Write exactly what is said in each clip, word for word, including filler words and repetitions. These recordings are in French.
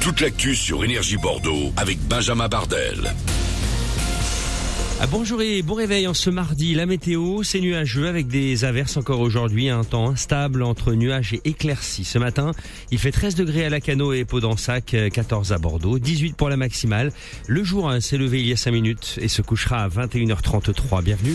toute l'actu sur Énergie Bordeaux avec Benjamin Bardel. Ah, bonjour et bon réveil en ce mardi. La météo, c'est nuageux avec des averses encore aujourd'hui. Un temps instable entre nuages et éclaircies. Ce matin, il fait treize degrés à Lacanau et Pau-d'Ensac, quatorze à Bordeaux, dix-huit pour la maximale. Le jour hein, s'est levé il y a cinq minutes et se couchera à vingt et une heures trente-trois. Bienvenue.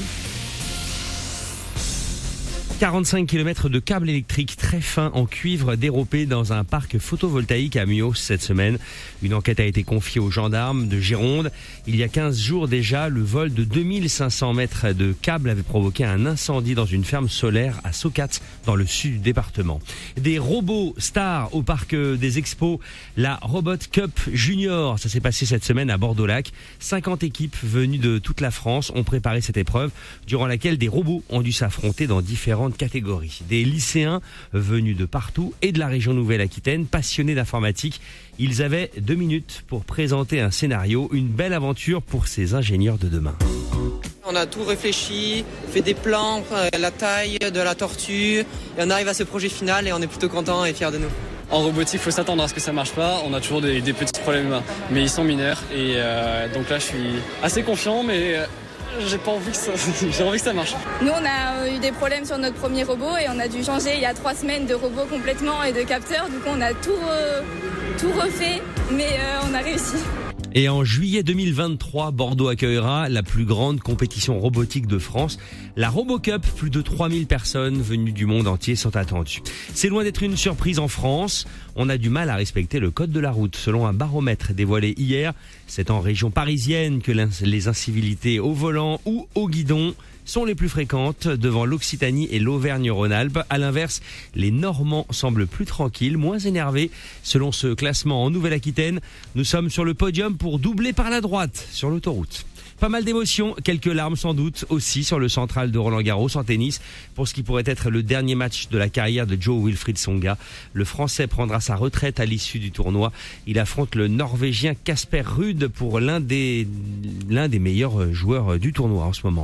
quarante-cinq kilomètres de câbles électriques très fins en cuivre dérobés dans un parc photovoltaïque à Muos cette semaine. Une enquête a été confiée aux gendarmes de Gironde. Il y a quinze jours déjà, le vol de deux mille cinq cents mètres de câbles avait provoqué un incendie dans une ferme solaire à Socat, dans le sud du département. Des robots stars au parc des expos, la Robot Cup Junior. Ça s'est passé cette semaine à Bordeaux-Lac. cinquante équipes venues de toute la France ont préparé cette épreuve, durant laquelle des robots ont dû s'affronter dans différentes catégories. Des lycéens venus de partout et de la région Nouvelle-Aquitaine, passionnés d'informatique. Ils avaient deux minutes pour présenter un scénario, une belle aventure pour ces ingénieurs de demain. On a tout réfléchi, fait des plans, la taille de la tortue, et on arrive à ce projet final et on est plutôt content et fiers de nous. En robotique, il faut s'attendre à ce que ça marche pas. On a toujours des, des petits problèmes, mais ils sont mineurs. Et euh, donc là, je suis assez confiant, mais euh, j'ai pas envie que ça, j'ai envie que ça marche. Nous, on a eu des problèmes sur notre premier robot et on a dû changer il y a trois semaines de robot complètement et de capteurs. Du coup, on a tout, euh, tout refait, mais euh, on a réussi. Et en juillet deux mille vingt-trois, Bordeaux accueillera la plus grande compétition robotique de France, la RoboCup. Plus de trois mille personnes venues du monde entier sont attendues. C'est loin d'être une surprise en France. On a du mal à respecter le code de la route. Selon un baromètre dévoilé hier, c'est en région parisienne que les incivilités au volant ou au guidon sont les plus fréquentes, devant l'Occitanie et l'Auvergne-Rhône-Alpes. À l'inverse, les Normands semblent plus tranquilles, moins énervés. Selon ce classement en Nouvelle-Aquitaine, nous sommes sur le podium pour doubler par la droite sur l'autoroute. Pas mal d'émotions, quelques larmes sans doute aussi sur le central de Roland-Garros en tennis pour ce qui pourrait être le dernier match de la carrière de Jo-Wilfried Tsonga. Le Français prendra sa retraite à l'issue du tournoi. Il affronte le Norvégien Casper Ruud pour l'un des, l'un des meilleurs joueurs du tournoi en ce moment.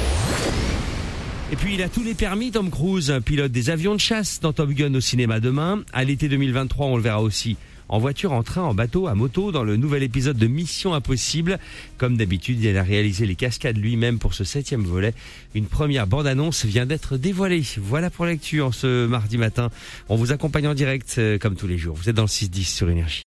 Et puis il a tous les permis, Tom Cruise, pilote des avions de chasse dans Top Gun au cinéma demain. À l'été deux mille vingt-trois, on le verra aussi en voiture, en train, en bateau, à moto, dans le nouvel épisode de Mission Impossible. Comme d'habitude, il a réalisé les cascades lui-même pour ce septième volet. Une première bande-annonce vient d'être dévoilée. Voilà pour l'actu en ce mardi matin. On vous accompagne en direct, comme tous les jours. Vous êtes dans le six dix sur Énergie.